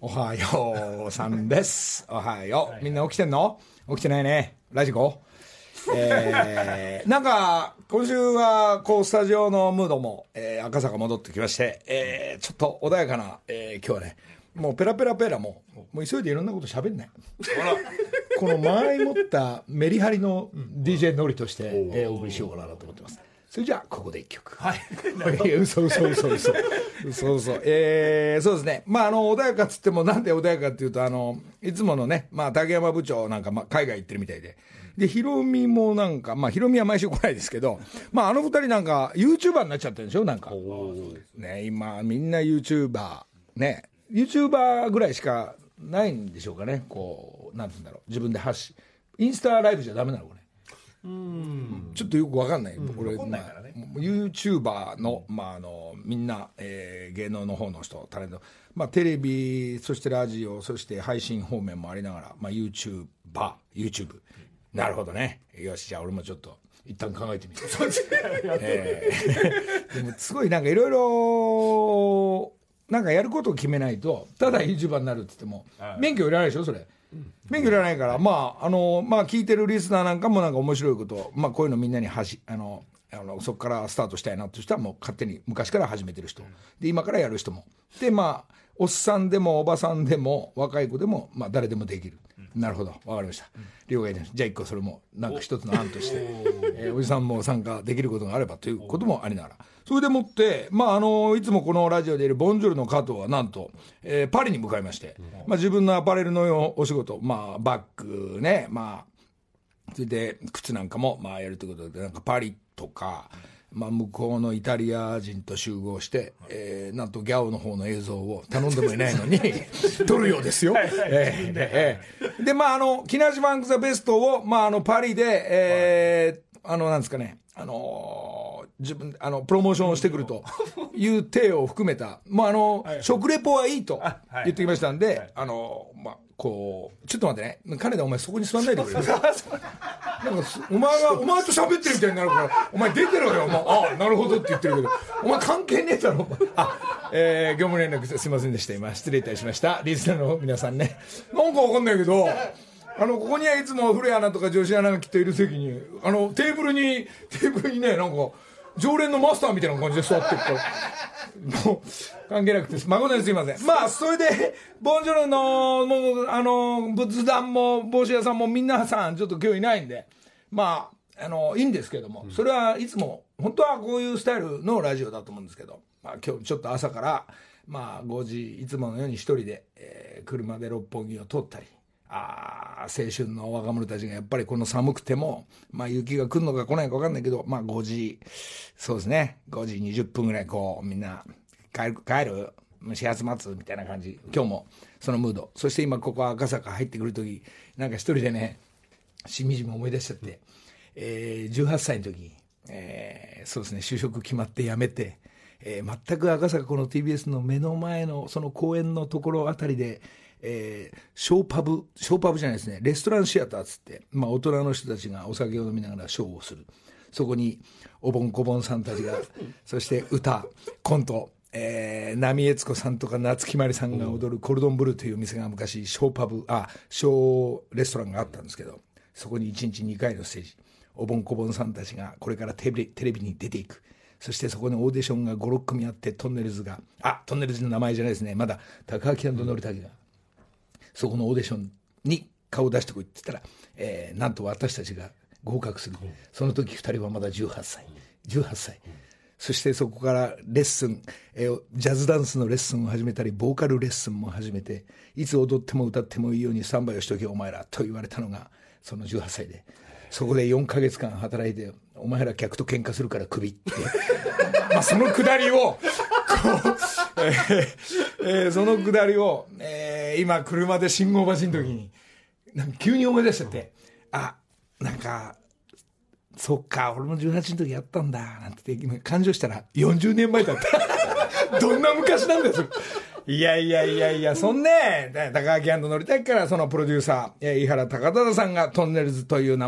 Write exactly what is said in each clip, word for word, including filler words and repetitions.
おはようさんです。おはよう。みんな起きてんの？起きてないね。ラジコ。えー、なんか今週はこうスタジオのムードも、えー、赤坂戻ってきまして、えー、ちょっと穏やかな、えー、今日はねもうペラペラペラももう急いでいろんなこと喋んないこの前持ったメリハリの ディージェー ノリとして、えー、お送りしようかなと思ってます。それじゃあここで一曲。はい。嘘嘘嘘嘘嘘嘘。えー、そうですね。まああの穏やかっつってもなんで穏やかっていうとあのいつものねまあ竹山部長なんかまあ海外行ってるみたいで。でヒロミもなんかまあヒロミは毎週来ないですけど、まああの二人なんか YouTuber になっちゃってるんでしょなんか。ね今みんな YouTuber ね YouTuber ぐらいしかないんでしょうかね。こうなんて言うんだろう自分で発信インスタライブじゃダメなのかね。うんちょっとよく分かんない、うん、これ、ねまあ、YouTuber の,、まあ、あのみんな、えー、芸能の方の人タレント、まあ、テレビそしてラジオそして配信方面もありながら、まあ、YouTuber YouTube なるほどね。よしじゃあ俺もちょっと一旦考えてみてえー、でもすごいなんかいろいろなんかやることを決めないとただ YouTuber になるって言っても免許いらないでしょそれ。免許いらないから、まああのまあ、聞いてるリスナーなんかもなんか面白いこと、まあ、こういうのみんなにはしあのあのそこからスタートしたいなっていう人はもう勝手に昔から始めてる人で今からやる人もで、まあ、おっさんでもおばさんでも若い子でも、まあ、誰でもできる。なるほど分かりました。了解です。じゃあ一個それもなんか一つの案として、えー、おじさんも参加できることがあればということもありながらそれでもって、まあ、あのいつもこのラジオでいるボンジョルの加藤はなんと、えー、パリに向かいまして、まあ、自分のアパレルのお仕事、まあ、バッグね、まあ、それで靴なんかもまあやるということでなんかパリとか、まあ、向こうのイタリア人と集合して、えー、なんとギャオの方の映像を頼んでもいないのに撮るようですよ。えーえー、でまああの木梨ファンクザベストを、まあ、あのパリで、えー、あのなんですかねあのー、自分あのプロモーションをしてくるという体を含めた、まああのはい、食レポはいいと言ってきましたんで、はいはい、あのまあこうちょっと待ってね金田お前そこに座んないでくれるなんかお前がお前と喋ってるみたいになるからお前出てろよお前ああなるほどって言ってるけどお前関係ねえだろあ、えー、業務連絡すいませんでした今失礼いたしましたリスナーの皆さんねなんかわかんないけどあのここにはいつも古谷アナとか女子アナがきっといる席にあのテーブルにテーブルにねなんか常連のマスターみたいな感じで座ってるからもう関係なくて誠にすいません。まあそれでボンジョルのもうあの仏壇も帽子屋さんも皆さんちょっと今日いないんでまああのいいんですけどもそれはいつも本当はこういうスタイルのラジオだと思うんですけど、まあ、今日ちょっと朝からまあごじいつものように一人で、えー、車で六本木を通ったりあ青春の若者たちがやっぱりこの寒くても、まあ、雪が来るのか来ないか分かんないけど、まあ、ごじそうですねごじにじゅっぷんぐらいこうみんな帰る帰る始発待つみたいな感じ今日もそのムードそして今ここ赤坂入ってくる時なんか一人でねしみじみ思い出しちゃって、えー、じゅうはっさいの時、えー、そうですね就職決まって辞めて、えー、全く赤坂この ティービーエス の目の前のその公園のところあたりでえー、ショーパブショーパブじゃないですねレストランシアターっつって、まあ、大人の人たちがお酒を飲みながらショーをするそこにおぼんこぼんさんたちがそして歌コント、えー、浪江津子さんとか夏木マリさんが踊るコルドンブルーというお店が昔ショーパブあショーレストランがあったんですけどそこにいちにちにかいのステージおぼんこぼんさんたちがこれからテレビ、テレビに出ていくそしてそこにオーディションがごろっくみあってトンネルズがあトンネルズの名前じゃないですねまだ高明&のりたけがそこのオーディションに顔を出してこいって言ったら、えー、なんと私たちが合格する、うん、その時ふたりはまだじゅうはっさいじゅうはっさい、うん、そしてそこからレッスン、えー、ジャズダンスのレッスンを始めたりボーカルレッスンも始めていつ踊っても歌ってもいいようにスタンバイをしとけお前らと言われたのがそのじゅうはっさいでそこでよんかげつかん働いてお前ら客と喧嘩するからクビってまあそのくだりをこうえーえー、そのくだりを、えー、今車で信号橋の時になんか急に思い出しちゃってあなんかそっか俺もじゅうはちの時やったんだなんて感情したらよんじゅうねんまえだったどんな昔なんですいやいやいやいやそんね高明&のりたけからそのプロデューサー井原高忠さんがトンネルズという名前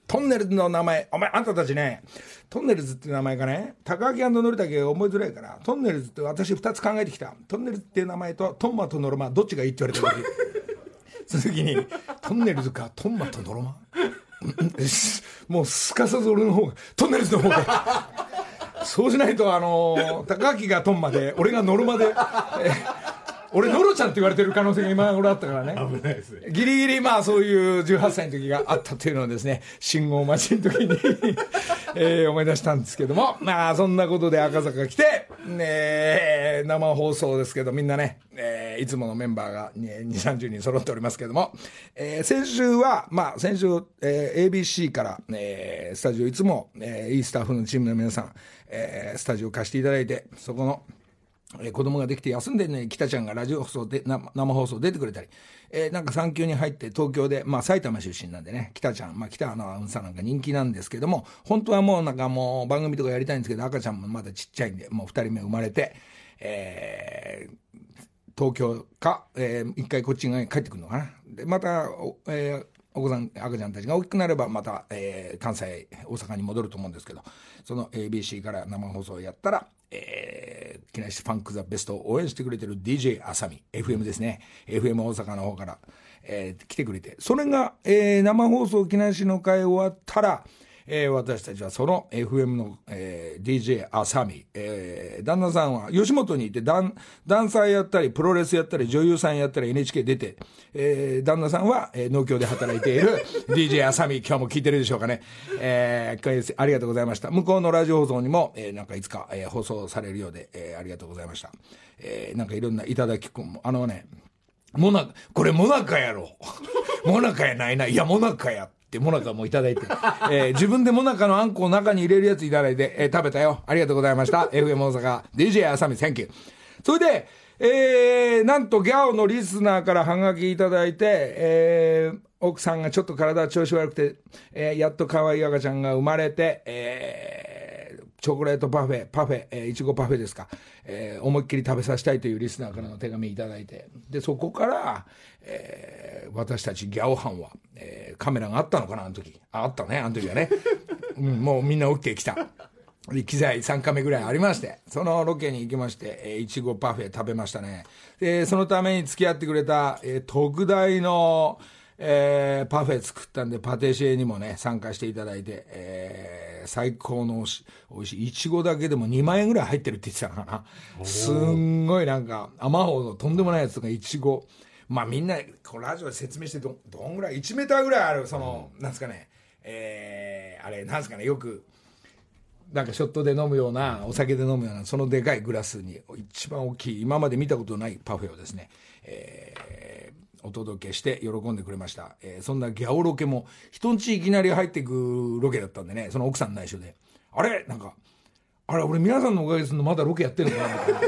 トンネルズの名前、お前、あんたたちね、トンネルズっていう名前がね、高木のりたけ覚えづらいから、トンネルズって私ふたつ考えてきた。トンネルズっていう名前と、トンマとノロマ、どっちがいいって言われた時、その時に、トンネルズか、トンマとノロマもうすかさず俺の方が、トンネルズの方で。そうしないと、あのー、高木がトンマで、俺がノロマで、え俺ノロちゃんって言われてる可能性が今頃あったからね。 危ないですね。 ギリギリまあそういうじゅうはっさいの時があったというのをですね、信号待ちの時に、えー、思い出したんですけども、まあそんなことで赤坂来て、ね、生放送ですけどみんなね、えー、いつものメンバーがにじゅう、さんじゅうにん揃っておりますけども、えー、先週は、まあ先週、えー、エービーシー から、えー、スタジオいつも、えー、いいスタッフのチームの皆さん、えー、スタジオ貸していただいて、そこの、えー、子供ができて休んでるのに北ちゃんがラジオ放送で生放送出てくれたり、えー、なんか産休に入って東京で、まあ埼玉出身なんでね、北ちゃん、まあ北アナウンサーなんか人気なんですけども、本当はもうなんかもう番組とかやりたいんですけど、赤ちゃんもまだちっちゃいんで、もう二人目生まれて、えー、東京か、えー、一回こっちに帰ってくるのかな。で、また、えーお子さん、赤ちゃんたちが大きくなればまた、えー、関西、大阪に戻ると思うんですけど、その エービーシー から生放送をやったら、えー、木梨ファンクザベストを応援してくれてる ディージェー あさみ、エフエム ですね。エフエム 大阪の方から、えー、来てくれて、それが、えー、生放送木梨の会終わったら、えー、私たちはその エフエム の、えー、ディージェー あさみ、えー、旦那さんは吉本にいてダン、ダンサーやったり、プロレスやったり、女優さんやったり、エヌエイチケー 出て、えー、旦那さんは、えー、農協で働いている ディージェー あさみ、今日も聞いてるでしょうかね。えー、ありがとうございました。向こうのラジオ放送にも、えー、なんかいつか、えー、放送されるようで、えー、ありがとうございました。えー、なんかいろんないただきくんも、あのね、もな、これもなかやろ。もなかやないな。いや、もなかや。ってもなかもいただいて、えー、自分でもなかのあんこを中に入れるやついただいて、えー、食べたよ。ありがとうございました。エフエム 大阪 ディージェー あさみ、センキュー。それで、えー、なんとギャオのリスナーからハガキいただいて、えー、奥さんがちょっと体調子悪くて、えー、やっと可愛い赤ちゃんが生まれて、えー、チョコレートパフェ、パフェ、えー、いちごパフェですか、えー、思いっきり食べさせたいというリスナーからの手紙いただいて、で、そこから、えー、私たちギャオ班は、えー、カメラがあったのかな、あの時。あ、あったね、あの時はね。うん、もうみんな OK 来た。機材さんカメぐらいありまして、そのロケに行きまして、えー、いちごパフェ食べましたね。で、そのために付き合ってくれた、えー、特大の、えー、パフェ作ったんで、パティシエにもね、参加していただいて、えー、最高のおしおいしい、いちごだけでもにまんえんぐらい入ってるって言ってたのかな。すんごいなんか、甘ほどとんでもないやつとか、いちご。まあみんな、こうラジオで説明してど、どんぐらい、いちメーターぐらいある、その、うん、なんですかね、えー、あれ、なんですかね、よく、なんかショットで飲むような、お酒で飲むような、そのでかいグラスに、一番大きい、今まで見たことないパフェをですね、えー、お届けして喜んでくれました。えー、そんなギャオロケも、人んちいきなり入ってくロケだったんでね、その奥さん内緒で、あれなんか、あれ、俺皆さんのおかげでするのまだロケやってるのかなみたいな。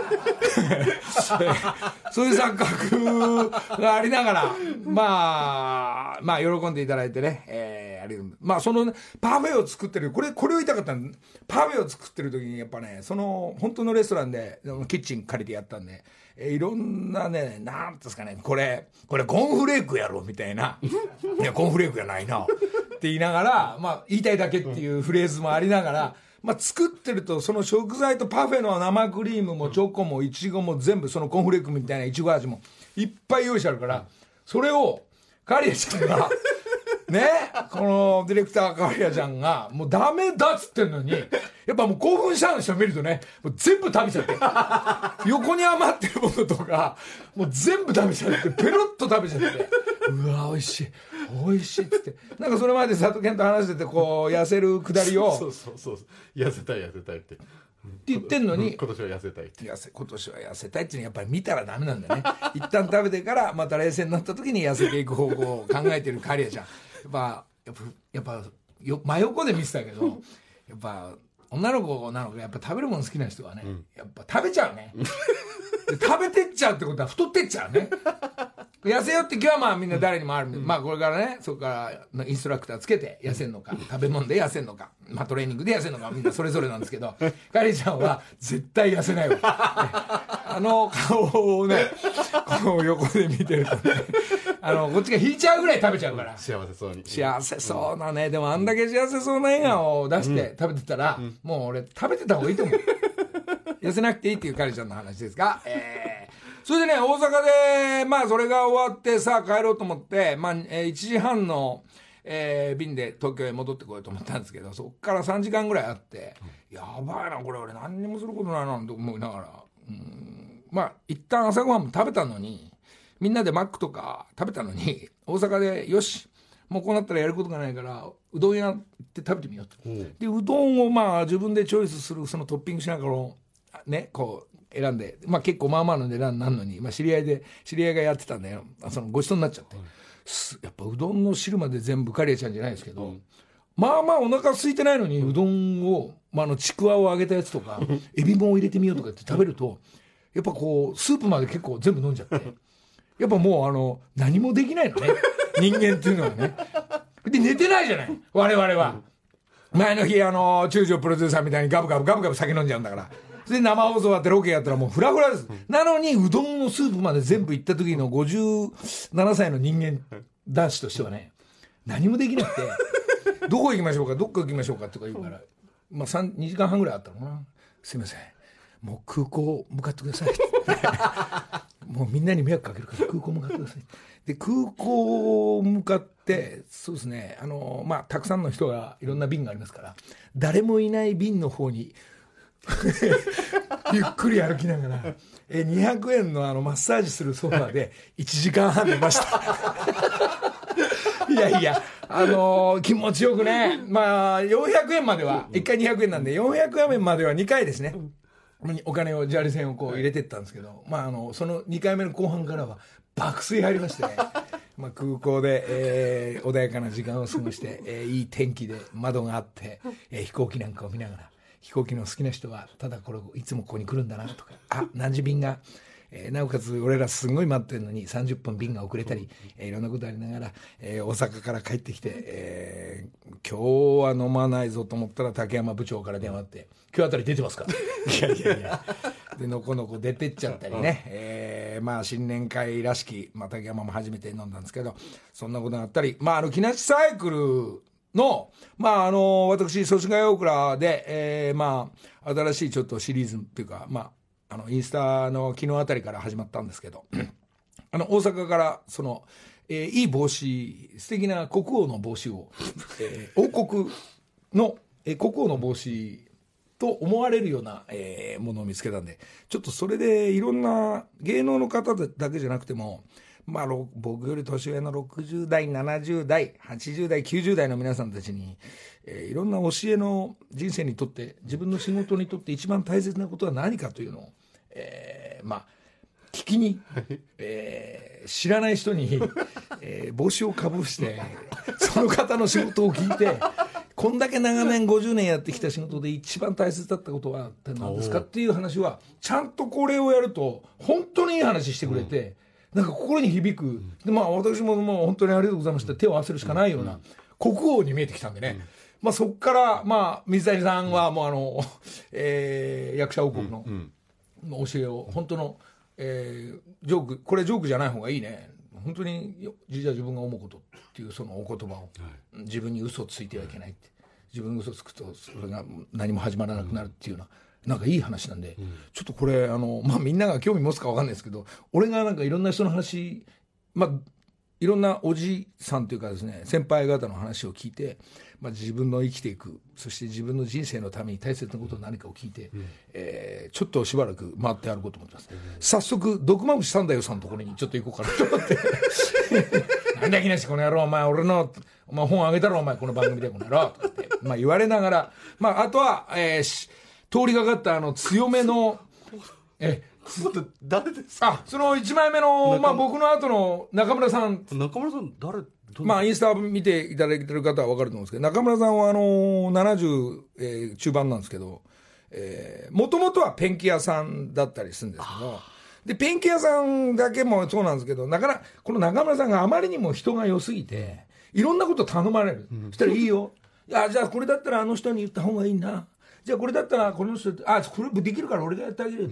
そういう錯覚がありながら、まあ、まあ、喜んでいただいてね、えー、ありがとう。まあ、その、ね、パフェを作ってる、これ、これを言いたかったんパフェを作ってる時に、やっぱね、その、本当のレストランで、キッチン借りてやったんで、えー、いろんなね、なんですかね、これ、これコーンフレークやろ、みたいな。いや、コーンフレークやないな。って言いながら、まあ、言いたいだけっていうフレーズもありながら、まあ、作ってるとその食材とパフェの生クリームもチョコもイチゴも全部そのコーンフレークみたいなイチゴ味もいっぱい用意してあるから、それをカリアちゃんがね、このディレクターカリアちゃんがもうダメだっつってんのに、やっぱもう興奮したの人見るとね、もう全部食べちゃって横に余ってるものとかもう全部食べちゃってペロッと食べちゃって、うわ美味しい美味しいっつって、なんかそれまで佐藤健と話しててこう痩せるくだりをそうそうそう痩せたい痩せたいってって言ってんのに、 今年は痩せたいって痩せ今年は痩せたいっていうのはやっぱり見たらダメなんだね。一旦食べてからまた冷静になった時に痩せていく方向を考えてるカリアちゃん、やっぱやっぱやっぱよ真横で見てたけど、やっぱ女の子なのかやっぱ食べるもの好きな人はね、うん、やっぱ食べちゃうね。で食べてっちゃうってことは太ってっちゃうね。痩せようって気はまあみんな誰にもあるんで、うん、まあこれからね、そこからインストラクターつけて痩せんのか、食べ物で痩せんのか、まあトレーニングで痩せんのか、みんなそれぞれなんですけど、カリちゃんは絶対痩せないわ。あの顔をね、こう横で見てるとね、 あのこっちが引いちゃうぐらい食べちゃうから、 幸せそうに幸せそうなね、でもあんだけ幸せそうな笑顔を出して食べてたら、もう俺食べてた方がいいと思う。痩せなくていいっていうカレちゃんの話ですが、えー、それでね、大阪でまあそれが終わってさあ帰ろうと思って、まあ、えー、いちじはんのえー、便で東京へ戻ってこようと思ったんですけど、そこからさんじかんぐらいあって、うん、やばいなこれ、俺何にもすることないなと思いながら、うん、まあ一旦朝ごはんも食べたのに、みんなでマックとか食べたのに、大阪でよしもうこうなったらやることがないからうどん屋行って食べてみようと、うん、でうどんをまあ自分でチョイスする、そのトッピングしながらねこう選んで、まあ、結構まあまあの値段になるのに、まあ、知り合いで知り合いがやってたんだよ、そのごちそうになっちゃって、うん、やっぱうどんの汁まで全部カレーちゃんじゃないですけど、うん、まあまあお腹空いてないのにうどんを、まあ、あのちくわを揚げたやつとかエビも入れてみようとかって食べると、やっぱこうスープまで結構全部飲んじゃって、やっぱもうあの何もできないのね人間っていうのはね。で寝てないじゃない我々は。前の日あの中条プロデューサーみたいにガブガブガブガブ酒飲んじゃうんだから、で生放送終わってロケやったらもうフラフラです、うん、なのにうどんのスープまで全部いった時のごじゅうななさいの人間男子としてはね、何もできなくてどこ行きましょうかどっか行きましょうかとか言うから、まあにじかんはんぐらいあったのかな、すいませんもう空港向かってくださいもうみんなに迷惑かけるから空港向かってください。で空港向かって、そうですね、あのまあたくさんの人がいろんな便がありますから、誰もいない便の方にゆっくり歩きながらえにひゃくえんのあのマッサージするソファーでいちじかんはん寝ましたいやいやあのー、気持ちよくね、まあよんひゃくえんまではいっかいにひゃくえんなんでよんひゃくえんまではにかいですね、お金を砂利線をこう入れてったんですけど、まあ、あのそのにかいめの後半からは爆睡入りましてねまあ空港で、えー、穏やかな時間を過ごして、えー、いい天気で窓があって、えー、飛行機なんかを見ながら、飛行機の好きな人はただこれいつもここに来るんだなとか、あ何時便が、えー、なおかつ俺らすごい待ってるのにさんじゅっぷん便が遅れたり、えー、いろんなことありながら、えー、大阪から帰ってきて、えー、今日は飲まないぞと思ったら竹山部長から電話あって、今日あたり出てますかいやいやいやでのこのこ出てっちゃったりね、えー、まあ新年会らしき、まあ、竹山も初めて飲んだんですけど、そんなことがあったり、まああの木梨サイクルの、まああの私祖師ヶ谷大倉で、えー、まあ新しいちょっとシリーズっていうか、まああのインスタの昨日あたりから始まったんですけどあの大阪からその、えー、いい帽子、素敵な国王の帽子を、えー、王国の、えー、国王の帽子と思われるような、えー、ものを見つけたんで、ちょっとそれでいろんな芸能の方だけじゃなくても、まあ、僕より年上のろくじゅうだいななじゅうだいはちじゅうだいきゅうじゅうだいの皆さんたちに、えー、いろんな教えの人生にとって、自分の仕事にとって一番大切なことは何かというのを、えー、まあ聞きに、えー、知らない人に、えー、帽子をかぶしてその方の仕事を聞いて、こんだけ長年ごじゅうねんやってきた仕事で一番大切だったことは何ですかっていう話は、ちゃんとこれをやると本当にいい話してくれて、なんか心に響く、で、まあ、私ももう本当にありがとうございましたって手を合わせるしかないような国王に見えてきたんでね、まあ、そこから、まあ、水谷さんはもうあの、えー、役者王国の教えを本当の、えー、ジョーク、これジョークじゃない方がいいね、本当に実は自分が思うことっていうそのお言葉を、自分に嘘をついてはいけないって、自分に嘘をつくとそれが何も始まらなくなるっていうような、なんかいい話なんで、うん、ちょっとこれあの、まあ、みんなが興味持つか分かんないですけど、俺がなんかいろんな人の話、まあ、いろんなおじさんというかですね、先輩方の話を聞いて、まあ、自分の生きていく、そして自分の人生のために大切なことは何かを聞いて、うん、えー、ちょっとしばらく回って歩こうと思ってます、うん、早速毒まぶしさんだよさんのところにちょっと行こうかなと思ってなんだ木梨この野郎、お前俺のお前本あげたろお前この番組でこの野郎とかって、まあ、言われながら、まあ、あとは、えー通りがかったあの強めのえ誰ですか。 あ、そのいちまいめの、まあ、僕の後の中村さん。 中村さん誰。 まあインスタ見ていただいてる方は分かると思うんですけど、中村さんはあのななじゅう、えー、中盤なんですけど、もともとはペンキ屋さんだったりするんですけど、でペンキ屋さんだけもそうなんですけど、なかなかこの中村さんがあまりにも人が良すぎていろんなこと頼まれる、うん、そしたらいいよ、いやじゃあこれだったらあの人に言った方がいいな、じゃあこれだったらこの人、あこれできるから俺がやってあげるとか、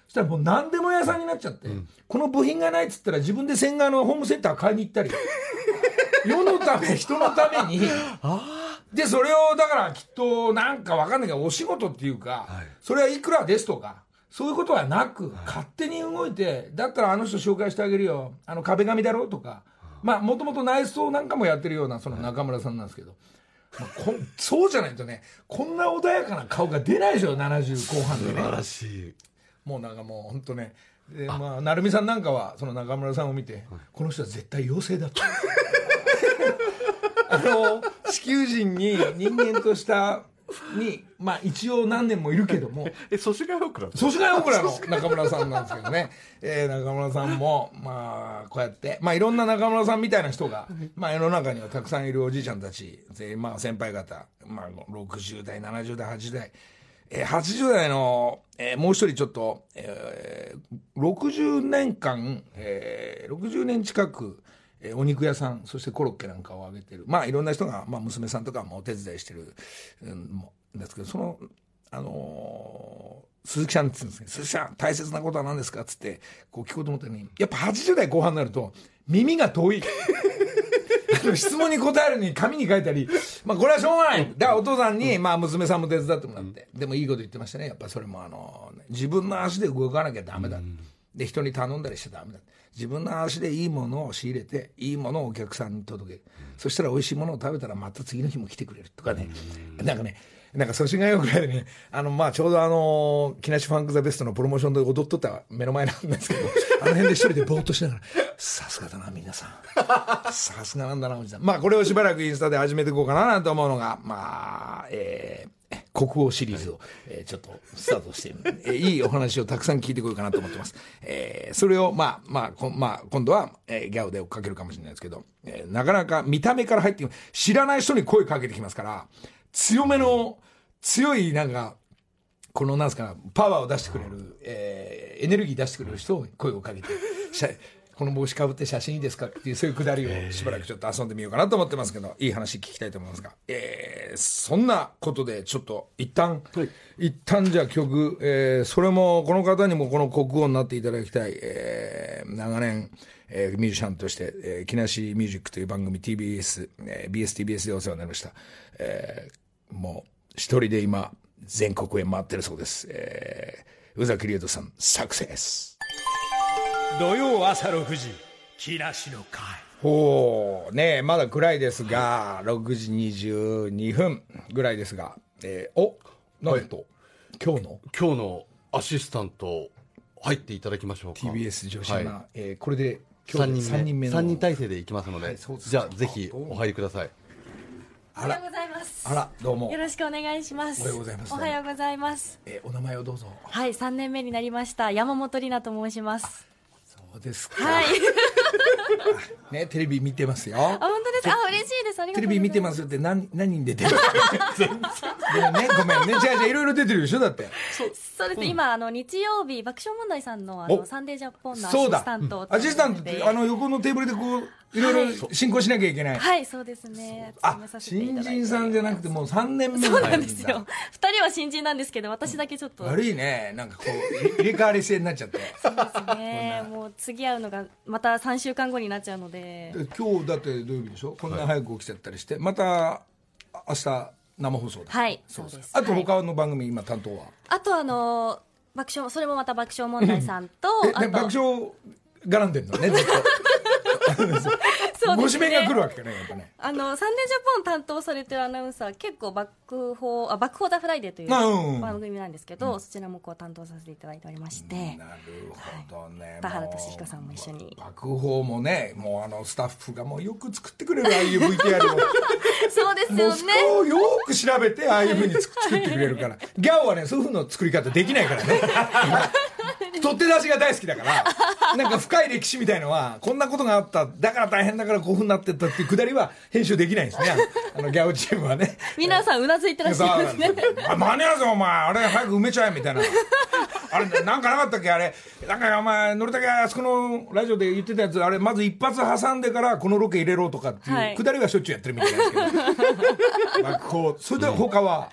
そしたらもう何でも屋さんになっちゃって、うん、この部品がないっつったら自分で千賀のホームセンター買いに行ったり世のため人のためにでそれをだからきっとなんか分かんないけどお仕事っていうか、はい、それはいくらですとかそういうことはなく、はい、勝手に動いてだったらあの人紹介してあげるよあの壁紙だろうとかまあもともと内装なんかもやってるようなその中村さんなんですけど、まあ、こそうじゃないとねこんな穏やかな顔が出ないでしょななじゅう後半でね。 素晴らしい。 もうなんかもう本当ねでまあ成美さんなんかはその中村さんを見て、はい、この人は絶対妖精だとあの地球人に人間としたにまあ一応何年もいるけどもえ祖師ヶ谷大倉祖師ヶ谷大倉の中村さんなんですけどね、えー、中村さんもまあこうやってまあいろんな中村さんみたいな人がまあ世の中にはたくさんいるおじいちゃんたちまあ先輩方まあろくじゅう代ななじゅう代はちじゅう代えー、はちじゅう代の、えー、もう一人ちょっと、えー、ろくじゅうねんかん、えー、ろくじゅうねん近く、えー、お肉屋さんそしてコロッケなんかをあげてるまあいろんな人が、まあ、娘さんとかもお手伝いしてる、うん、ですけどその、あのー、鈴木さんって言うんですね鈴木さん大切なことは何ですかっつってこう聞こうと思ったのにやっぱはちじゅう代後半になると耳が遠い質問に答えるのに紙に書いたりまあこれはしょうがないだからお父さんにまあ娘さんも手伝ってもらってでもいいこと言ってましたねやっぱそれもあの自分の足で動かなきゃダメだで人に頼んだりしちゃダメだ自分の足でいいものを仕入れていいものをお客さんに届けるそしたら美味しいものを食べたらまた次の日も来てくれるとかねなんかねなんか祖師ヶ谷ぐらいでねあのまあちょうどあの木梨ファンクザベストのプロモーションで踊っとった目の前なんですけどあの辺で一人でぼーっとしながらさすがだな皆さんさすがなんだなおじさんまあこれをしばらくインスタで始めていこうかななんて思うのがまあえー、国王シリーズを、えー、ちょっとスタートしている、えー、いいお話をたくさん聞いてこようかなと思ってます、えー、それをまあまあこ、まあ、今度は、えー、ギャオで追っかけるかもしれないですけど、えー、なかなか見た目から入って知らない人に声かけてきますから強めの強いなんかこのなんすかパワーを出してくれる、えー、エネルギー出してくれる人を声をかけてこの帽子かぶって写真いいですかっていうそういうくだりをしばらくちょっと遊んでみようかなと思ってますけどいい話聞きたいと思いますが、えー、そんなことでちょっと一旦、はい、一旦じゃあ曲、えー、それもこの方にもこの国王になっていただきたい、えー、長年えー、ミュージシャンとして、えー、木梨ミュージックという番組 ティービーエス、えー、ビーエスティービーエス でお世話になりました、えー、もう一人で今全国へ回ってるそうです、えー、宇崎竜斗さんサクセス土曜朝ろくじ木梨の会ほうねまだ暗いですがろくじにじゅうにふんぐらいですが、えー、おなんと、はい、今日の今日のアシスタント入っていただきましょうかティービーエス 女子アナ、はいえー、これで今日さんにんめのさんにん体制でいきますので、はい、じゃあぜひお入りください。 おはようございます。 あらどうもよろしくお願いします。 おはようございます。 おはようございます。 えー、お名前をどうぞ。 はいさんねんめになりました山本里奈と申します。 そうですか。 はいねテレビ見てますよ。あ本当ですか。あ嬉しいです。ありがとうございます。 テレビ見てますって何何人出てる。全然でもねごめんね違う違ういろいろ出てるでしょだって。 そうそうです、うん、今あの日曜日爆笑問題さんのあのサンデージャポンのアシスタントを、 うん、アシスタントってあの横のテーブルでこういろいろ進行しなきゃいけない。 はい、はい、そうですね。 あ新人さんじゃなくてもうさんねんめそうなんですよ。ふたりは新人なんですけど私だけちょっと、 うん、悪いねなんかこう入れ替わり制になっちゃってそうですねもう次会うのがまたさんしゅうかんごになっちゃうので今日だって土曜日でしょこんな早く起きちゃったりしてまた明日生放送だ。 はいそうです。 あと他の番組、はい、今担当はあとあの爆笑それもまた爆笑問題さんとあと爆笑絡んでんのねずっとそうですね、ご指名が来るわけねやっぱね。 あのサンデージャポン担当されてるアナウンサー結構爆砲あ爆砲ザフライデーという番組なんですけど、うん、そちらもこう担当させていただいておりまして、うん、 なるほどね、はい、 田原俊彦さんも一緒に爆砲もねもうあのスタッフがもうよく作ってくれるああいう ブイティーアール をそうですよねもうそこをよく調べてああいうふうに作ってくれるからギャオはねそういうふうな作り方できないからね取って出しが大好きだからなんか深い歴史みたいのはこんなことがあっただから大変だからこういうふうになってったっていうくだりは編集できないんですねあのギャオチームはね皆さんうなずいてらっしゃいますね間に合うぞお前あれ早く埋めちゃえみたいなあれなんかなかったっけあれなんかお前のりたけあそこのラジオで言ってたやつあれまず一発挟んでからこのロケ入れろとかっていうくだりはしょっちゅうやってるみたいなんですけど、はい、こうそれで他は、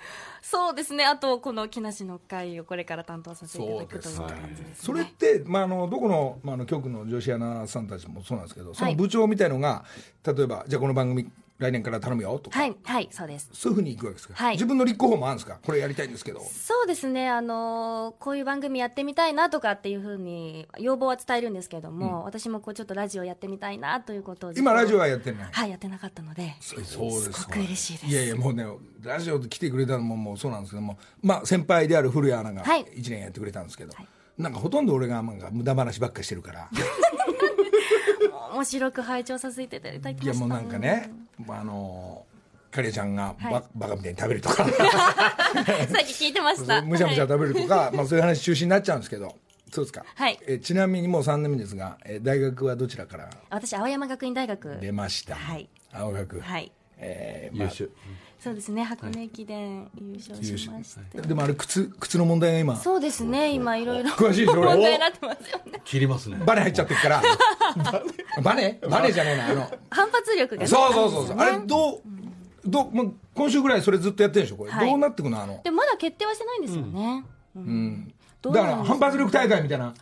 そうですね。あとこの木梨の会をこれから担当させていただくという感じですね。 それって、まあ、あのどこの、まあ、あの局の女子アナさんたちもそうなんですけど、その部長みたいのが、はい、例えばじゃあこの番組来年から頼むよとか、 はいはい、そうです。 そういうふうにいくわけですか、 はい、 自分の立候補もあるんですか、これやりたいんですけど。 そうですね、あのこういう番組やってみたいなとかっていうふうに要望は伝えるんですけども、うん、私もこうちょっとラジオやってみたいなということを今ラジオはやってない。 はい、やってなかったので、 そうです、 すごく嬉しいです。 いやいやもうね、ラジオで来てくれたのももうそうなんですけども、まあ、先輩である古谷アナがいちねんやってくれたんですけど、はい、なんかほとんど俺がなんか無駄話ばっかりしてるから面白く拝聴させていただきました。 いやもうなんかね、あのカレーちゃんが バ,、はい、バカみたいに食べるとかさっき聞いてましたむしゃむしゃ食べるとか、はい、まあ、そういう話中心になっちゃうんですけど。そうですか、 はい、 えちなみにもうさんねんめですが、え大学はどちらから。 私青山学院大学出ました、はい、青学、 はい、 えーまあ、 優秀。 そうですね、箱根駅伝優勝しまして、 はい、でもあれ 靴, 靴の問題が今。 そうですね、今いろいろ詳しいでしょ問題になってますよね。 切りますね、 バネ入っちゃってるからバネバネじゃねえな、あの反発力が、ね、 そうそうそうそう、あれどう、どう、まあ、今週ぐらいそれずっとやってるんでしょこれ、はい、どうなってくのあの。 でもまだ決定はしてないんですよね、うんうん、 だから反発力大会みたいな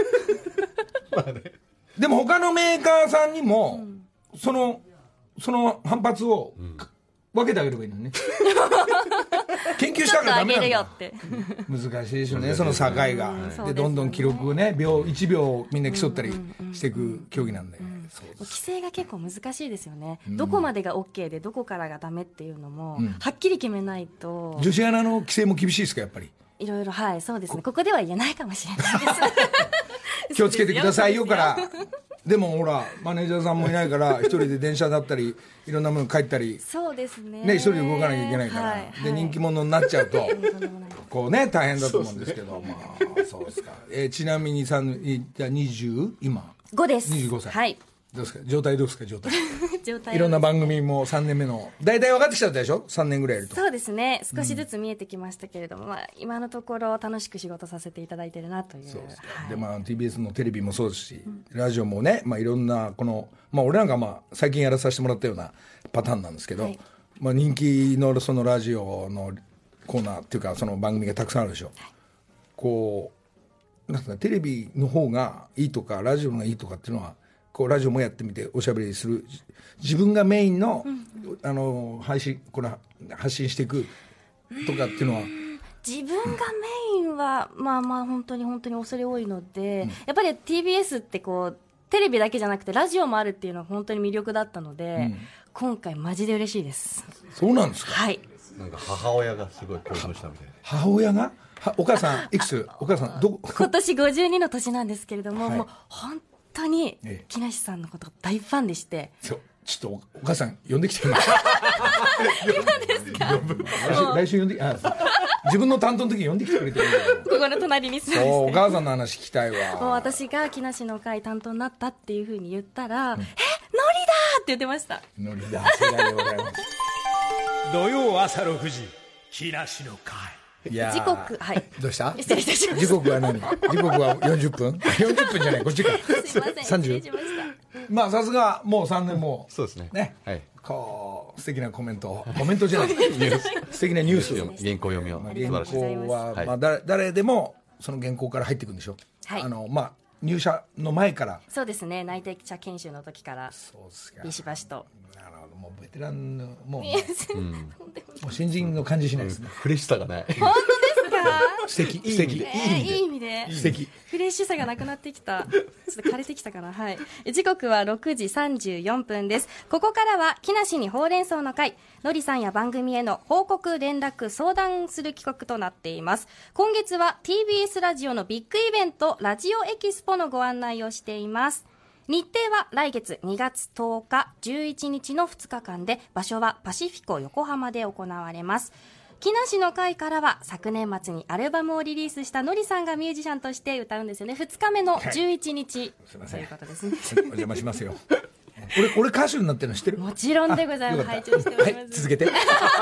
でも他のメーカーさんにも、うん、そのその反発を、うん、分けてあげればいいのにね研究したからダメなんだ難しいですよね、その境が、うん、でどんどん記録をね秒いちびょうみんな競ったりしていく競技なんで、うんうんうん、そうです。 規制が結構難しいですよね、うん、どこまでが OK でどこからがダメっていうのも、うん、はっきり決めないと。 女子アナの規制も厳しいですかやっぱり。 いろいろ、はい、そうですね、ここでは言えないかもしれないです気をつけてくださいよからでもほらマネージャーさんもいないから一人で電車だったりいろんなもの帰ったり、 そうですね、 ね、一人で動かなきゃいけないから、はい、で人気者になっちゃうとこうね大変だと思うんですけど、まあそうですか、えー、ちなみにさんにじゅう今ごです。 にじゅうごさい、 はい、 どうですか状態、どうですか状態状態いろんな番組もさんねんめの大体分かってきちゃったでしょ、さんねんぐらいやると。 そうですね、少しずつ見えてきましたけれども、うん、まあ、今のところ楽しく仕事させていただいてるなという。 そうですか、 はい、 でまあ、ティービーエス のテレビもそうですし、うん、ラジオもね、まあ、いろんなこの、まあ、俺なんかまあ最近やらさせてもらったようなパターンなんですけど、はい、まあ、人気のそのラジオのコーナーっていうかその番組がたくさんあるでしょ、はい、こうなんかテレビの方がいいとかラジオがいいとかっていうのはこうラジオもやってみておしゃべりする自分がメインの、うんうん、あの配信これ発信していくとかっていうのは、 自分がメインは、うん、まあまあ本当に本当に恐れ多いので、うん、やっぱり ティービーエス ってこうテレビだけじゃなくてラジオもあるっていうのは本当に魅力だったので、うん、今回マジで嬉しいです。 そうなんですか。 はい、 なんか母親がすごい興奮したみたいな。 母親がお母さんいくつお母さんど今年ごじゅうにの年なんですけれども、はい、もう本当に木梨さんのこと大ファンでして、 そうちょっと お, お母さん呼んできて今ですか来週呼んであ自分の担当の時に呼んできてくれてるここの隣に住んで、 そうお母さんの話聞きたいわ。 もう私が木梨の会担当になったっていうふうに言ったら、うん、えノリだって言ってました。 ノリだ世代でございます土曜朝ろくじ木梨の会。 いや時刻、はい、 どうした失礼いたしました。 時刻は何時刻はよんじゅっぷんよんじゅっぷんじゃないこっちかすいませんさんじゅう失礼しました。 まあさすがもうさんねんもそうですねね、 はい、 こう素敵なコメントコメントじゃない素敵なニュース原稿読みを、 まあ、原稿は、まあ、誰, 誰でもその原稿から入っていくんでしょ、はい、あのまあ入社の前から。 そうですね、内定者研修の時から石橋と。 なるほど、もうベテランのもう、ねうん、もう新人の感じしないですね、 うん、フレッシュさがない。 本当ですか素敵素敵、 えー、いい意味で素敵、 フレッシュさがなくなってきた、ちょっと枯れてきたかな。はい、時刻はろくじさんじゅうよんぷんです。ここからは木梨にほうれん草の会、のりさんや番組への報告連絡相談する企画となっています。今月は ティービーエス ラジオのビッグイベントラジオエキスポのご案内をしています。日程は来月にがつとおかじゅういちにちのふつかかんで、場所はパシフィコ横浜で行われます。木梨の会からは昨年末にアルバムをリリースしたのりさんがミュージシャンとして歌うんですよね。ふつかめのじゅういちにち、はい、すいませんということですね。 お邪魔しますよ俺, 俺歌手になってるの知ってる？ もちろんでございます。拝聴しております、はい、 続けて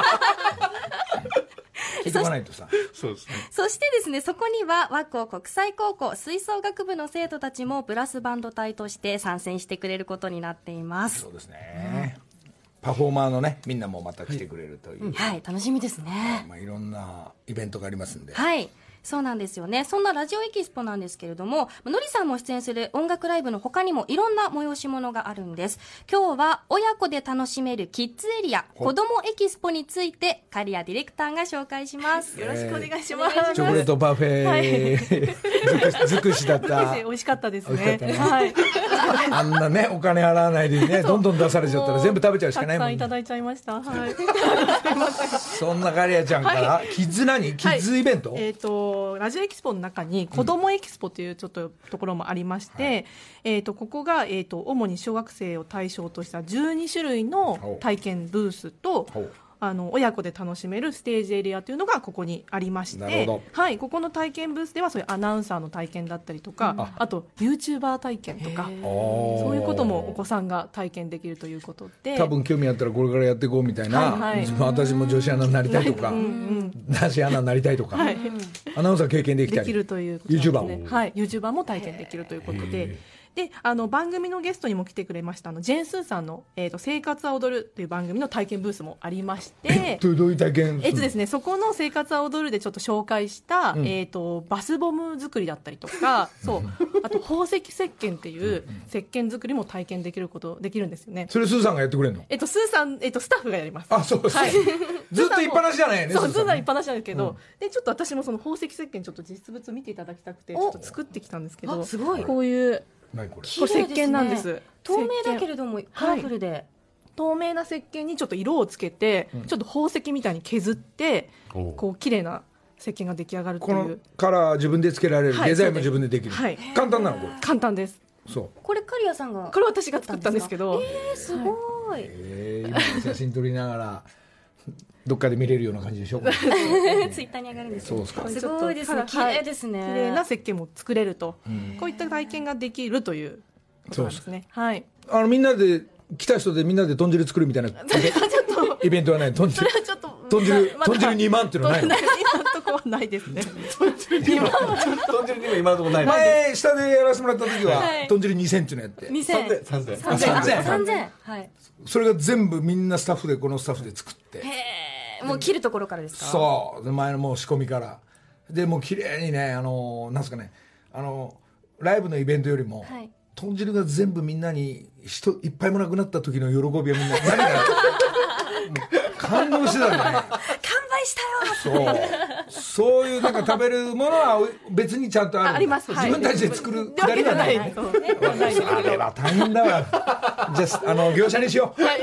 聞いておかないとさ。 そうですね。 そしてですね、そこには和光国際高校吹奏楽部の生徒たちもブラスバンド隊として参戦してくれることになっています。 そうですね、 パフォーマーのねみんなもまた来てくれるという、 はい、楽しみですね。 まあ、いろんなイベントがありますんで、 はい、そうなんですよね。そんなラジオエキスポなんですけれども、のりさんも出演する音楽ライブの他にもいろんな催し物があるんです。今日は親子で楽しめるキッズエリア子どもエキスポについて刈谷ディレクターが紹介します。 よろしくお願いします。 チョコレートパフェ、はい、尽くしだった。 美味しかったですね。 ね、 はい、 あんなねお金払わないでねどんどん出されちゃったら全部食べちゃうしかないもんね。 たくさんいただいちゃいました。はい。 そんな刈谷ちゃんから、はい、キッズ何キッズイベント、はい、 えっ、ー、とラジオエキスポの中に子どもエキスポというちょっとところもありまして、うんはい、えー、とここが、えー、と主に小学生を対象としたじゅうに種類の体験ブースとあの親子で楽しめるステージエリアというのがここにありまして、はい、ここの体験ブースではそういうアナウンサーの体験だったりとか、うん、あと YouTuber 体験とかそういうこともお子さんが体験できるということで、 多分興味あったらこれからやっていこうみたいな、はいはい、私も女子アナになりたいとか、うんうん、男子アナになりたいとか、はい、アナウンサー経験できたりできるということですね。 YouTuber も、 はい、YouTuber も体験できるということで、であの番組のゲストにも来てくれましたあのジェーン・スーさんの、えーと「生活は踊る」という番組の体験ブースもありまして、 どういう体験？ えっとですね、そこの「生活は踊る」でちょっと紹介した、うん、えーとバスボム作りだったりとかそうあと宝石石鹸っていう石鹸作りも体験できることできるんですよね。 それスーさんがやってくれるの？ えっとスーさん、えっと、スタッフがやります。 あ、そうです、はい、ずっと一般なしじゃないよね。 そうずっと一般なしなんですけど、うん、でちょっと私もその宝石石鹸ちょっと実物見ていただきたくてちょっと作ってきたんですけど、 すごいこういう何これ？ これ石鹸なんです。 透明だけれどもカラフルで、はい、 透明な石鹸にちょっと色をつけて、うん、ちょっと宝石みたいに削ってこう綺麗な石鹸が出来上がるという。 このカラー自分でつけられる、はい、デザインも自分でできる、はい、簡単なのこれ？ 簡単です。 そうこれ刈谷さんがこれ私が作ったんですけど、 えー、すごい、はい、 えー、今写真撮りながらどっかで見れるような感じでしょうか。 ツイッターに上がるんです。 そうですか。 すごいですね。綺麗ですね。 綺麗な石鹸も作れると、こういった体験ができるということなんですね。はい。 あのみんなで来た人でみんなで豚汁作るみたいなイベントはない。豚汁。それはちょっと豚汁豚汁にまんっていうのはないの？ 今のところはないですね。豚汁にまん豚汁にまん今のところない。 前下でやらせてもらった時は豚汁にせんっていうのやって。 にせん。 さんぜん。 さんぜん。さんぜん。はい。 それが全部みんなスタッフでこのスタッフで作って。 もう切るところからですか？ そう前のもう仕込みからでもう綺麗にねあのなんすかねあのライブのイベントよりも、はい、豚汁が全部みんなに人いっぱいもなくなった時の喜びはみんな何か感動してたんだね。 完売したよ。 そうそういうなんか食べるものは別にちゃんとある。 あります。 自分たちで作るくだりはない。あれは大変だわ。じゃああの業者にしよう。はい、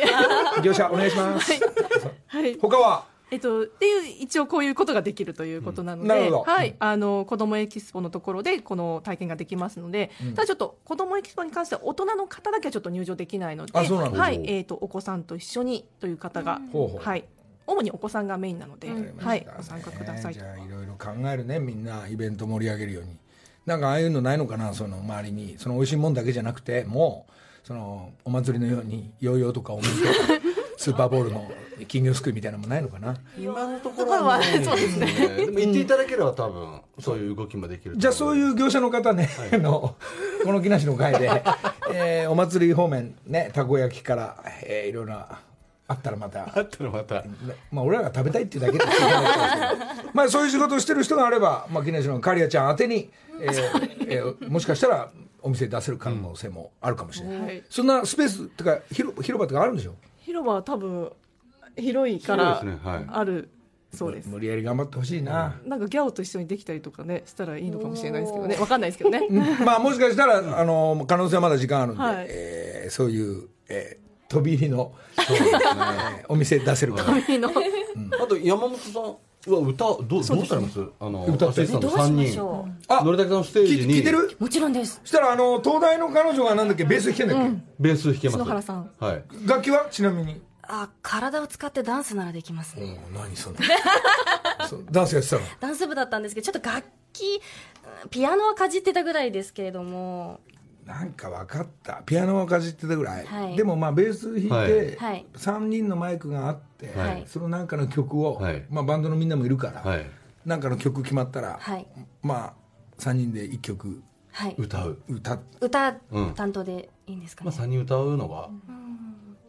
業者お願いします。はい、他はえっと、っていう一応こういうことができるということなので、うん、なるほど、はい、あの子どもエキスポのところでこの体験ができますので、うん、ただちょっと子どもエキスポに関しては大人の方だけはちょっと入場できないので、 あ、そうなんです。 はい、えーと、お子さんと一緒にという方が、うん、はい、主にお子さんがメインなので、うん、はい、ご参加ください。 じゃあいろいろ考えるね、みんなイベント盛り上げるように。なんかああいうのないのかな、その周りにその美味しいもんだけじゃなくてもうそのお祭りのようにヨーヨーとかお水とかスーパーボールの金魚すくいみたいなのもないのかな。 今のところはないですね。でも言っていただければ多分そういう動きもできる。 じゃあそういう業者の方ね、はい、のこの木梨の会で、えー、お祭り方面ね、たこ焼きから、えー、いろいろなあったらまたあったらまたまあ俺らが食べたいっていうだけですけどまあそういう仕事をしてる人があれば、まあ、木梨の刈谷ちゃん宛てに、えーえー、もしかしたらお店で出せる可能性もあるかもしれない、うん、はい、そんなスペースとか 広, 広場とかあるんでしょ？ 広場は多分広いからあるそうです。 無理やり頑張ってほしいな、 うん、なんかギャオと一緒にできたりとかねしたらいいのかもしれないですけどね、分かんないですけどねまあもしかしたらあの可能性はまだ時間あるんで、はい、えー、そういう、えー、飛び入りのそうです、ね、お店出せるかな、うん、 あと山本さんは歌どうどうされます？あの歌ってさんのさんにんあのりたけさんのステージに聞いてる？ もちろんです。 そしたらあの東大の彼女がなんだっけベース弾けんだっけ、うん、 ベース弾けます。 篠原さん、 はい、 楽器はちなみにあ、体を使ってダンスならできますね。 うん、何そんなダンスやってたの？ ダンス部だったんですけど、ちょっと楽器ピアノはかじってたぐらいですけれども、 なんか分かった、ピアノはかじってたぐらい、 はい、 でもまあベース弾いて、 はい、さんにんのマイクがあって、はい、そのなんかの曲を、はい、まあ、バンドのみんなもいるから、はい、なんかの曲決まったら、はい、まあさんにんでいっきょく、 はい、歌う歌, 歌担当でいいんですかね、 まあ、さんにん歌うのが、 うん、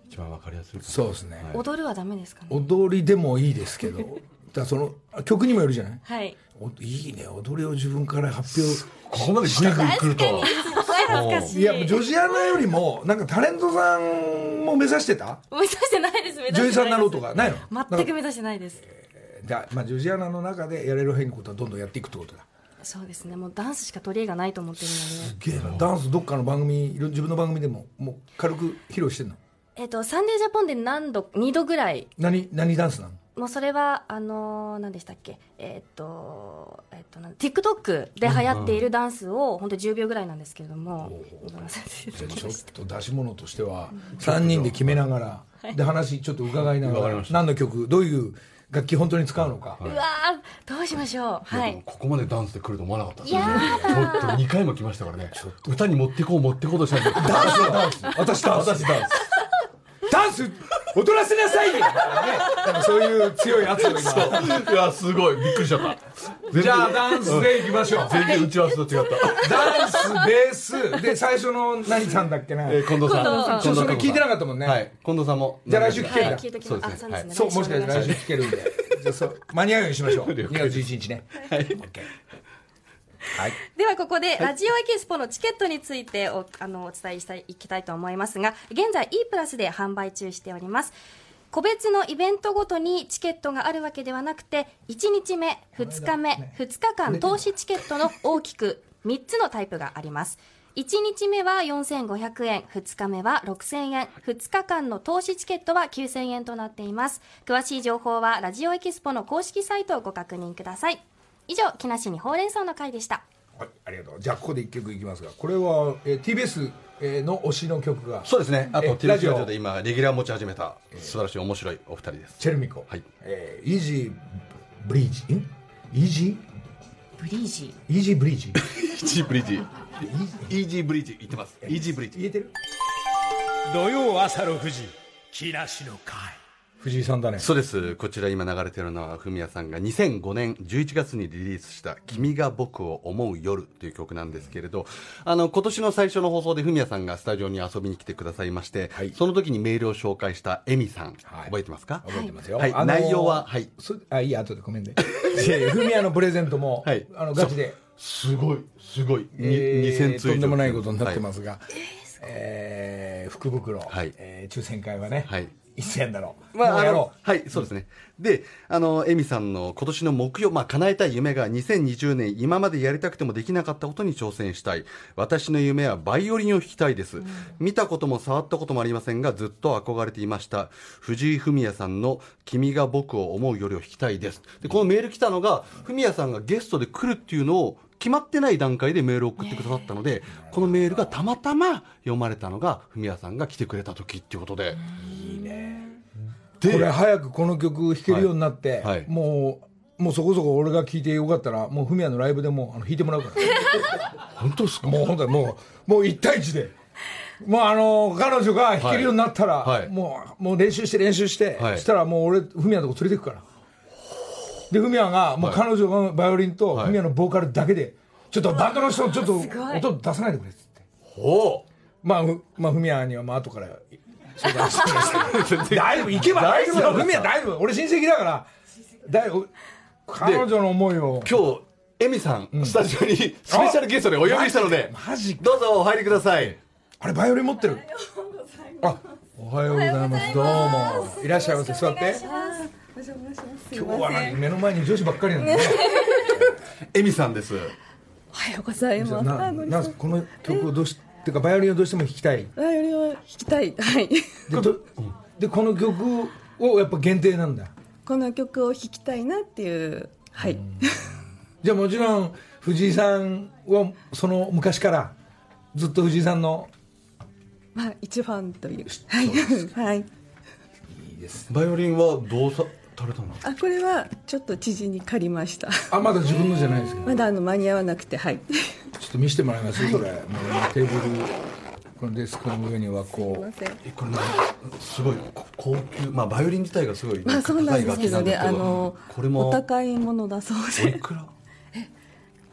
一番わかりやすい。 そうですね、 踊るはダメですかね。 踊りでもいいですけどだからその曲にもよるじゃない。 はい。 おいいね、踊りを自分から発表。 ここまでグイグイ来ると恥ずかしい。 いやジョジアナよりもなんかタレントさんも目指してた。 目指してないです。目指してないです。 女優さんになろうとかないの。 全く目指してないです。 じゃあ、まあ、ジョジアナの中でやれる変なことはどんどんやっていくってことだ。 そうですね、もうダンスしか取り柄がないと思ってるので。 すげえな。ダンスどっかの番組、自分の番組でももう軽く披露してんの。 えっとサンデージャポンで何度にどぐらい。 何何ダンスなの。 もうそれはあのー、何でしたっけ、えっとえっとなん TikTok で流行っているダンスを本当じゅうびょうぐらいなんですけれども、踊らせていただきちょっました。 と出し物としてはさんにんで決めながらで話ちょっと伺いながら何の曲どういう楽器本当に使うのか。 うわーどうしましょう。はい。 ここまでダンスで来ると思わなかったですね。 やだちょっとにかいも来ましたからね。歌に持ってこう持ってこうとしたんですけどダンスダンス私ダンス私ダンスダンス踊らせなさいよ、ね、なんかそういう強い圧が今いやすごいびっくりしちゃったじゃあダンスでいきましょう。 全然打ち合わせと違ったダンスベースで最初の何さんだっけな、 えー近藤さん近藤さんそれ聞いてなかったもんね。 はい近藤さんもじゃあ来週聞けるんだ、 はい、聞いときます。あ、そうですね。 そうもしかして来週聞けるんでじゃあそう間に合うようにしましょう。 了解にがつじゅういちにちね。はい、OK。はい、 ではここでラジオエキスポのチケットについて お, あのお伝えしていきたいと思いますが、現在 E プラスで販売中しております。個別のイベントごとにチケットがあるわけではなくて、いちにちめ、ふつかめ、ふつかかん投資チケットの大きくみっつのタイプがあります。いちにちめはよんせんごひゃくえん、ふつかめはろくせんえん、ふつかかんの投資チケットはきゅうせんえんとなっています。詳しい情報はラジオエキスポの公式サイトをご確認ください。以上、木梨にほうれん草の会でした。 はい、ありがとう。じゃあここでいっきょくいきますが、これは、えー、ティービーエスの推しの曲が。 そうですね。あとえテレビラジオで今レギュラー持ち始めた素晴らしい面白いお二人です。 チェルミコ、 はいえー、イージーブリージんイージブリージーイージーブリージイージーブリッジイージーブリッジ言ってます。イージーブリッジ言えてる。 土曜朝ろくじ木梨の会。 藤井さんだね。 そうです。こちら今流れているのはフミヤさんがにせんごねんじゅういちがつにリリースした君が僕を思う夜という曲なんですけれど、あの今年の最初の放送でフミヤさんがスタジオに遊びに来てくださいまして、はい、その時にメールを紹介したエミさん、はい、覚えてますか？ 覚えてますよ。 はい、 あのー、 内容は、はい、 そあいいや後でごめんね。フミヤのプレゼントも、はい、あのガチですごいすごい、 えー、 にせんつい以上とんでもないことになってますが、はい、えー、福袋、はい、えー、抽選会はね、はい、いつやんだろう、 まあ、 やろうはいそうですね。であのエミさんの今年の目標、まあ、叶えたい夢がにせんにじゅうねん今までやりたくてもできなかったことに挑戦したい。私の夢はバイオリンを弾きたいです、うん、見たことも触ったこともありませんがずっと憧れていました藤井フミヤさんの君が僕を思うよりを弾きたいです。でこのメール来たのがフミヤさんがゲストで来るっていうのを決まってない段階でメールを送ってくださったので、このメールがたまたま読まれたのがフミヤさんが来てくれた時っていうことで、 いいね。これ早くこの曲弾けるようになって、はいはい、もうもうそこそこ俺が聴いてよかったらもうフミヤのライブでもあの弾いてもらうから本当ですか？ もう本当にもうもういち対いちでもうあの彼女が弾けるようになったら、はいはい、もうもう練習して練習して、はい、したらもう俺フミヤのとこ連れてくから。でフミヤがもう彼女のバイオリンとフミヤのボーカルだけで、ちょっとバンドの人ちょっと音出さないでくれっつって。 ほう。 まあまあフミヤにはまあ後から相談してました。大丈夫行けば大丈夫だ。フミヤ大丈夫。俺親戚だから大丈夫。彼女の思いを今日エミさん、うん、スタジオにスペシャルゲストでお呼びしたので、 マジどうぞお入りください。 あれバイオリン持ってる。あ、おはようございます。どうもいらっしゃいませ。座って。今日は何目の前に女子ばっかりなんでね。 エミさんです。 おはようございます。 ななんすこの曲をどうしてかバイオリンをどうしても弾きたい。 バイオリンを弾きたい。はい。でとでこの曲をやっぱ限定なんだ。 この曲を弾きたいなっていうはい。 じゃあもちろん藤井さんはその昔からずっと藤井さんのまあ一ファンというはいはい。いいです。 バイオリンはどうさされたの？ あこれはちょっと知人に借りました。 あまだ自分のじゃないですけど。 まだあの間に合わなくてはい。 ちょっと見せてもらいますよこれ。もうテーブルこのデスクの上にはこう。 すいません。 えこれすごい高級まあバイオリン自体がすごい。 まあそうなんですけどねあのこれもお高いものだそうで。 おいくら？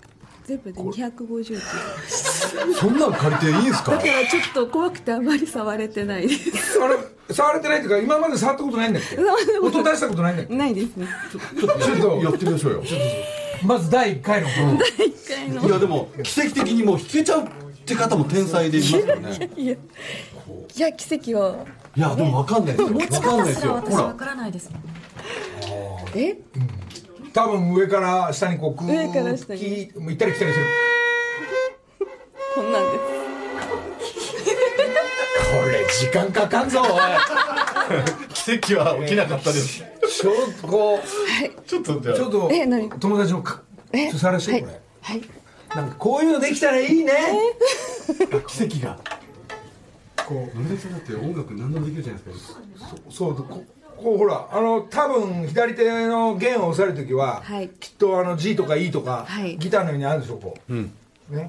全部でにひゃくごじゅうキそんなの借りていいんですか？ ロだからちょっと怖くてあまり触れてないですあれ触れてないっていうか今まで触ったことないんだっけ？音出したことないんだっけ？ ないですね。 ちょっとちょっとやってみましょうよ。 まずだいいっかいの、うん、 だいいっかいのいやでも奇跡的にもう弾けちゃうって方も天才でいますよね。 いやいや奇跡は。 いやでも分かんないですよ。分かんないですよ。 私分からないですもん。 え、 うん、多分上から下にこう空気上から下に行ったり来たりする。 こんなんです。 これ時間かかんぞおい奇跡は起きなかったです。 ちょっとこう、はい、 ちょっとじゃあちょっとえ何友達のかえさらして、はい、これはいなんかこういうのできたらいいね、 奇跡がこう野出さんだって音楽何でもできるじゃないですか。 そそうここうほらあの多分左手の弦を押さえるときは、はい、きっとあの G とか E とか、はい、ギターのようにあるでしょこう、うん、ね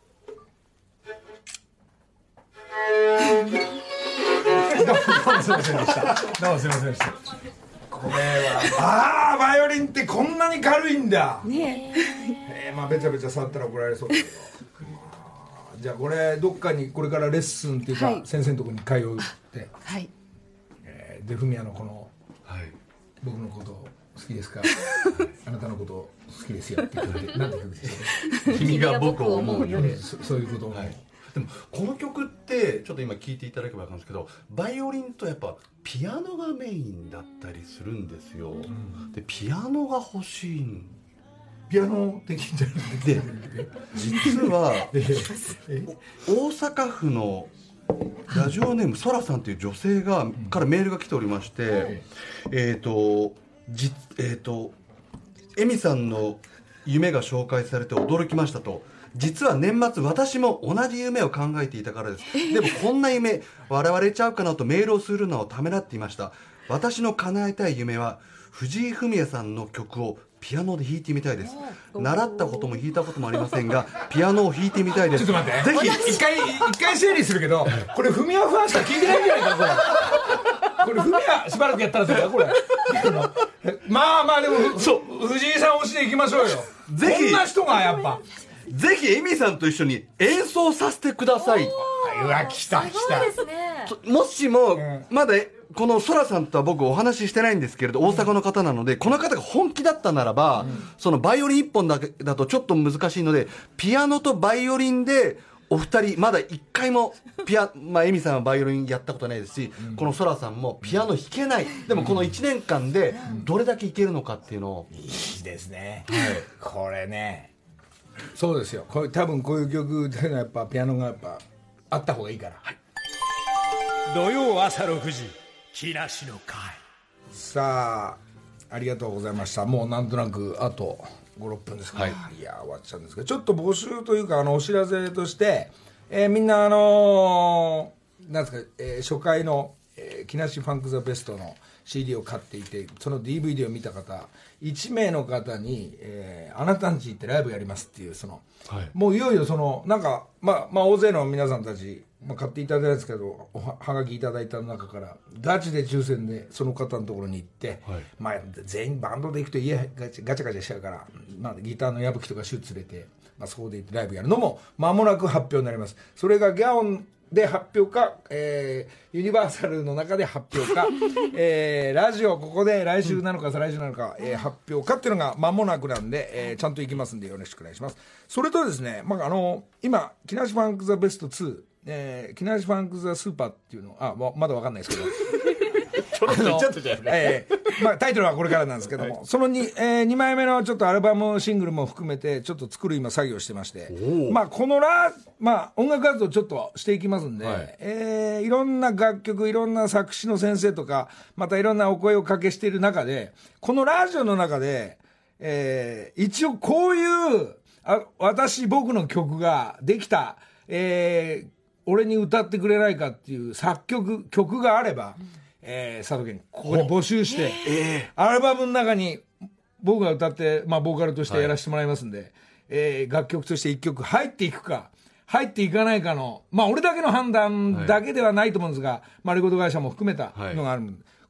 どうもすいませんでしたどうもすいませんでした。これはああバイオリンってこんなに軽いんだねえー、まあべちゃべちゃ触ったら怒られそうだけどじゃあこれどっかにこれからレッスンっていうか、はい、先生のところに通うってはい、えー、でフミヤのこの、はい、僕のこと好きですかあなたのこと好きですよって言ってなんて曲ですか君が僕を思うよね。 そ, そういうことを、はい、 でもこの曲ってちょっと今聴いていただけば分かるんですけどバイオリンとやっぱピアノがメインだったりするんですよ、うん、でピアノが欲しいんピアノできんじゃなくてで実は大阪府のラジオネームそらさんという女性がからメールが来ておりまして、うん、えっ、ー、とじえっ、ー、とエミさんの夢が紹介されて驚きましたと。実は年末私も同じ夢を考えていたからです。でもこんな夢笑われちゃうかなとメールをするのをためらっていました。私の叶えたい夢は藤井フミヤさんの曲をピアノで弾いてみたいです。習ったことも弾いたこともありませんがピアノを弾いてみたいです。 ちょっと待ってぜひ一回一回整理するけどこれフミヤファンしか聞いてないんじゃないかこれこれフミヤしばらくやったらどうだこれまあまあでもそう藤井さん推しでいきましょうよ。ぜひこんな人がやっぱぜひエミさんと一緒に演奏させてください。 うわ来た来たですね。 もしも、うん、まだこのソラさんとは僕お話ししてないんですけれど、大阪の方なのでこの方が本気だったならば、うん、そのバイオリン一本だけだとちょっと難しいのでピアノとバイオリンでお二人まだ一回もピア、まあ、エミさんはバイオリンやったことないですし、うん、このソラさんもピアノ弾けない、うん、でもこのいちねんかんでどれだけいけるのかっていうのを、 いいですね、はい、これねそうですよ。これ多分こういう曲っていうのはやっぱピアノがやっぱあった方がいいから、はい、 土曜朝ろくじ木梨の会。 さあありがとうございました。もうなんとなくあとご、ろっぷんですか、はい、いや終わっちゃうんですけどちょっと募集というかあのお知らせとして、えー、みんなあのー、なんですか、えー、初回の、えー、木梨ファンクザベストの シーディー を買っていてその ディーブイディー を見た方いち名の方に、えー、あなたんち行ってライブやりますっていうその、はい、もういよいよそのなんかまあまあ大勢の皆さんたち、まあ、買っていただいたんですけどお は, はがきいただいた中からガチで抽選でその方のところに行って、はい、まあ全員バンドで行くと家ガチャガチャガチャしちゃうから、まあ、ギターの矢吹とかシュー連れて、まあ、そこで行ってライブやるのも間もなく発表になります。それがギャオンで発表か、えー、ユニバーサルの中で発表か、えー、ラジオここで来週なのか再来週なのか、えー、発表かっていうのが間もなくなんで、えー、ちゃんと行きますんでよろしくお願いします。それとですね、まあ、あの今木梨ファンクザベストツー、えー、木梨ファンクザスーパーっていうのあまだ分かんないですけどちょっと言っちゃったじゃないですか、 えーまあ、タイトルはこれからなんですけども、はい、その 2,、えー、にまいめのちょっとアルバムシングルも含めてちょっと作る今作業してまして、まあ、このラ、まあ、音楽活動ちょっとしていきますんで、はいえー、いろんな楽曲いろんな作詞の先生とかまたいろんなお声をかけしている中でこのラジオの中で、えー、一応こういうあ私僕の曲ができた、えー、俺に歌ってくれないかっていう作曲曲があれば、うんえー、佐藤健ここで募集して、えー、アルバムの中に僕が歌って、まあ、ボーカルとしてやらせてもらいますんで、はいえー、楽曲としていっきょく入っていくか入っていかないかのまあ俺だけの判断だけではないと思うんですが、はいまあ、レコード会社も含めたのがある、はい、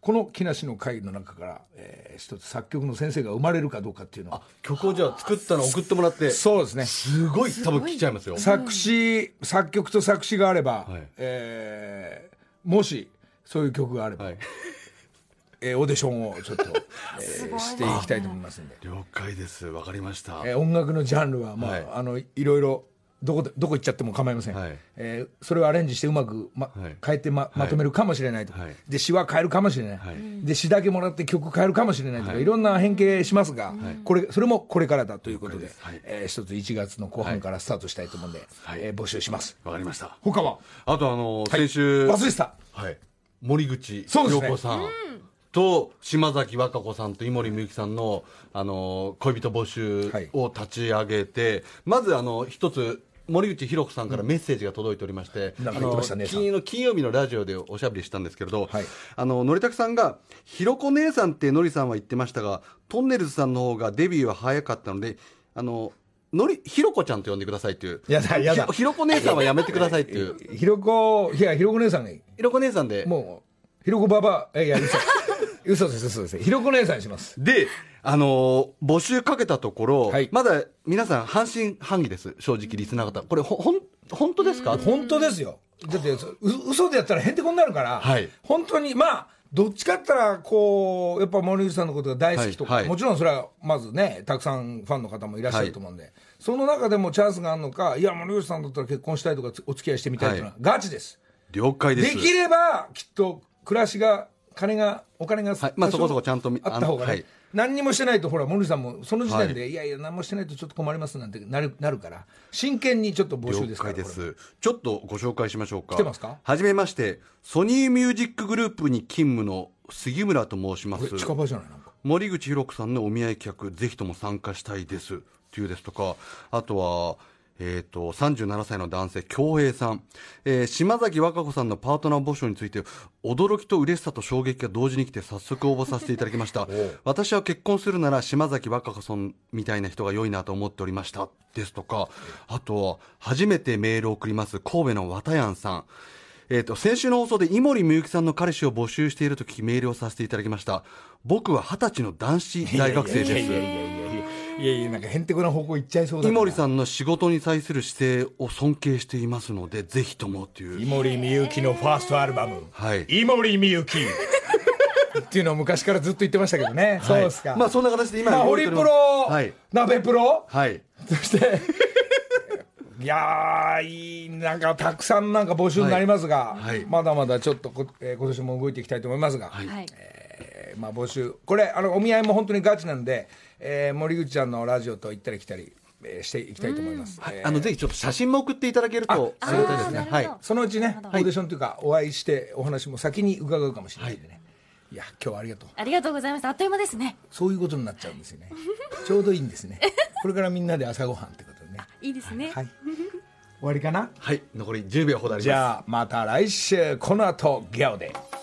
この木梨の会の中から、えー、一つ作曲の先生が生まれるかどうかっていうのを、 曲をじゃあ作ったのを送ってもらって、 そうですね、 すごい多分来ちゃいますよ。 作詞作曲と作詞があれば、 はい、 えー、もしそういう曲があれば、はい、えー、オーディションをちょっと、えー、していきたいと思いますんで。 了解です、わかりました。 えー、音楽のジャンルは、まあ、はい、あのいろいろどこでどこ行っちゃっても構いません、はい、えー、それをアレンジしてうまく、まはい、変えて ま, まとめるかもしれないとか、はい、で詩は変えるかもしれない、はい、で詩だけもらって曲変えるかもしれないとか、はい、いろんな変形しますが、はい、これそれもこれからだということで、はい、えー、一ついちがつの後半からスタートしたいと思うんで、はい、えー、募集します。 わかりました。 他はあとあのーはい、先週忘れてた、 はい、森口博子さん、ね、と島崎和歌子さんと井森美幸さんの、あのー、恋人募集を立ち上げて、はい、まずあの一つ森口博子さんからメッセージが届いておりまして、うん、あの金の金曜日のラジオでおしゃべりしたんですけれど、はい、あののりたくさんがひろこ姉さんってのりさんは言ってましたが、トンネルズさんの方がデビューは早かったので、あののりひろこちゃんと呼んでくださいっていう、 やだやだ、 ひろこ姉さんはやめてくださいっていうひろこ、いやひろこ姉さんがいい、 ひろこ姉さんで、 もうひろこばば、いや嘘嘘です嘘です、ひろこ姉さんにします。 で、あのー、募集かけたところ、はい、まだ皆さん半信半疑です、正直リスナー方。これほほん本当ですか？ 本当ですよ。だってう嘘でやったらへんてこになるから、はい、本当にまあどっちかって言ったらこうやっぱ森口さんのことが大好きとか、はいはい、もちろんそれはまずねたくさんファンの方もいらっしゃると思うんで、はい、その中でもチャンスがあるのか、いや森口さんだったら結婚したいとかお付き合いしてみたいというのは、はい、ガチです。 了解です。 できればきっと暮らしが金がお金が、 はい、まあ、そこそこちゃんとあった方がね、はい、何にもしてないとほら森口さんもその時点で、はい、いやいや何もしてないとちょっと困りますなんてなる、なるから真剣にちょっと募集ですから。 了解です。ちょっとご紹介しましょうか。 来てますか？ はじめまして、ソニーミュージックグループに勤務の杉村と申します。 近場じゃない、なんか森口博子さんのお見合い企画ぜひとも参加したいですというですとか、あとはえー、とさんじゅうななさいの男性恭平さん、えー、島崎和歌子さんのパートナー募集について驚きと嬉しさと衝撃が同時に来て早速応募させていただきました私は結婚するなら島崎和歌子さんみたいな人が良いなと思っておりましたですとか、あとは初めてメールを送ります神戸のわたやんさん、えー、と先週の放送で井森美幸さんの彼氏を募集していると聞きメールをさせていただきました。僕ははたちの男子大学生です。 いやいやいやいやいやいや、なんかへんてこな方向行っちゃいそうだから。 井森さんの仕事に対する姿勢を尊敬していますのでぜひともっていう。 井森美幸のファーストアルバム、 はい、 井森美幸っていうのを昔からずっと言ってましたけどね、はい、そうですか。 まあそんな形で今、 まあ、ホリプロ、はい、鍋プロ、 はい、 そしていやーいい、なんかたくさんなんか募集になりますが、はいはい、まだまだちょっとこ、えー、今年も動いていきたいと思いますが、はい、えーまあ、募集これあのお見合いも本当にガチなんで、えー、森口ちゃんのラジオと行ったり来たり、えー、していきたいと思います、 はい、えー、あのぜひちょっと写真も送っていただけるとありがたいですね。はい、 そのうちねオーディションというかお会いしてお話も先に伺うかもしれないんでね、はい、いや今日はありがとうありがとうございます。あっという間ですね。 そういうことになっちゃうんですよねちょうどいいんですねこれからみんなで朝ごはんってことでね。 いいですね、 はい、終わりかな。 はい、残りじゅうびょうほどあります。 じゃあまた来週この後ギャオで。